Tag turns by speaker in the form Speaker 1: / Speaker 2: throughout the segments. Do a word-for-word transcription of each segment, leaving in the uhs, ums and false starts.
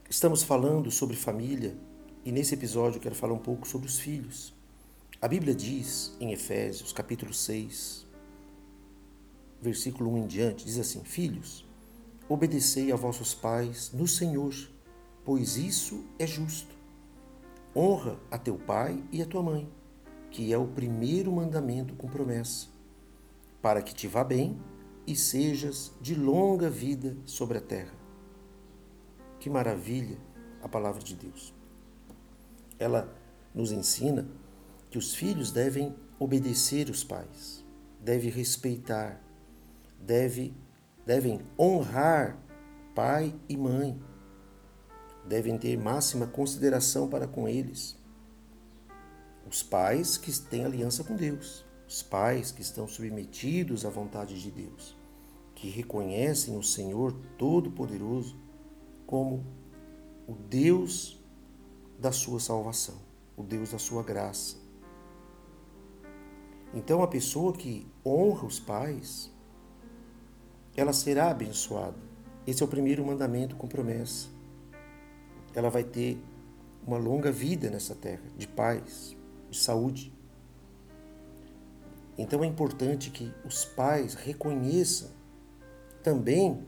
Speaker 1: Estamos falando sobre família e nesse episódio eu quero falar um pouco sobre os filhos. A Bíblia diz em Efésios, capítulo seis, versículo um em diante, diz assim: Filhos, obedecei a vossos pais no Senhor, pois isso é justo. Honra a teu pai e a tua mãe, que é o primeiro mandamento com promessa, para que te vá bem e sejas de longa vida sobre a terra. Que maravilha a palavra de Deus. Ela nos ensina que os filhos devem obedecer os pais, devem respeitar, devem, devem honrar pai e mãe, devem ter máxima consideração para com eles. Os pais que têm aliança com Deus, os pais que estão submetidos à vontade de Deus, que reconhecem o Senhor Todo-Poderoso como o Deus da sua salvação, o Deus da sua graça. Então, a pessoa que honra os pais, ela será abençoada. Esse é o primeiro mandamento com promessa. Ela vai ter uma longa vida nessa terra, de paz, de saúde. Então, é importante que os pais reconheçam também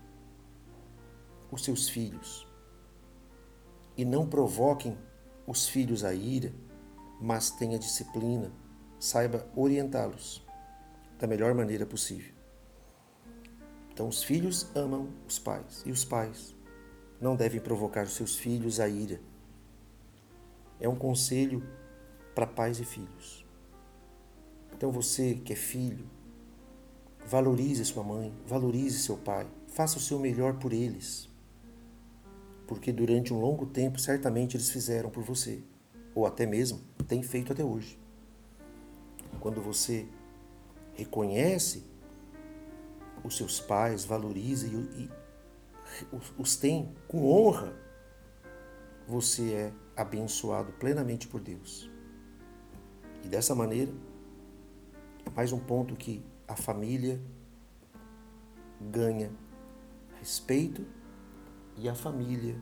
Speaker 1: os seus filhos e não provoquem os filhos à ira, mas tenha disciplina, saiba orientá-los da melhor maneira possível. Então, os filhos amam os pais e os pais não devem provocar os seus filhos à ira. É um conselho para pais e filhos. Então, você que é filho, valorize sua mãe, valorize seu pai, faça o seu melhor por eles, porque durante um longo tempo certamente eles fizeram por você, ou até mesmo têm feito até hoje. Quando você reconhece os seus pais, valoriza e, e os tem com honra, você é abençoado plenamente por Deus. E dessa maneira, mais um ponto que a família ganha respeito e a família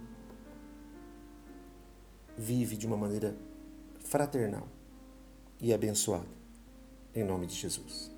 Speaker 1: vive de uma maneira fraternal e abençoada. Em nome de Jesus.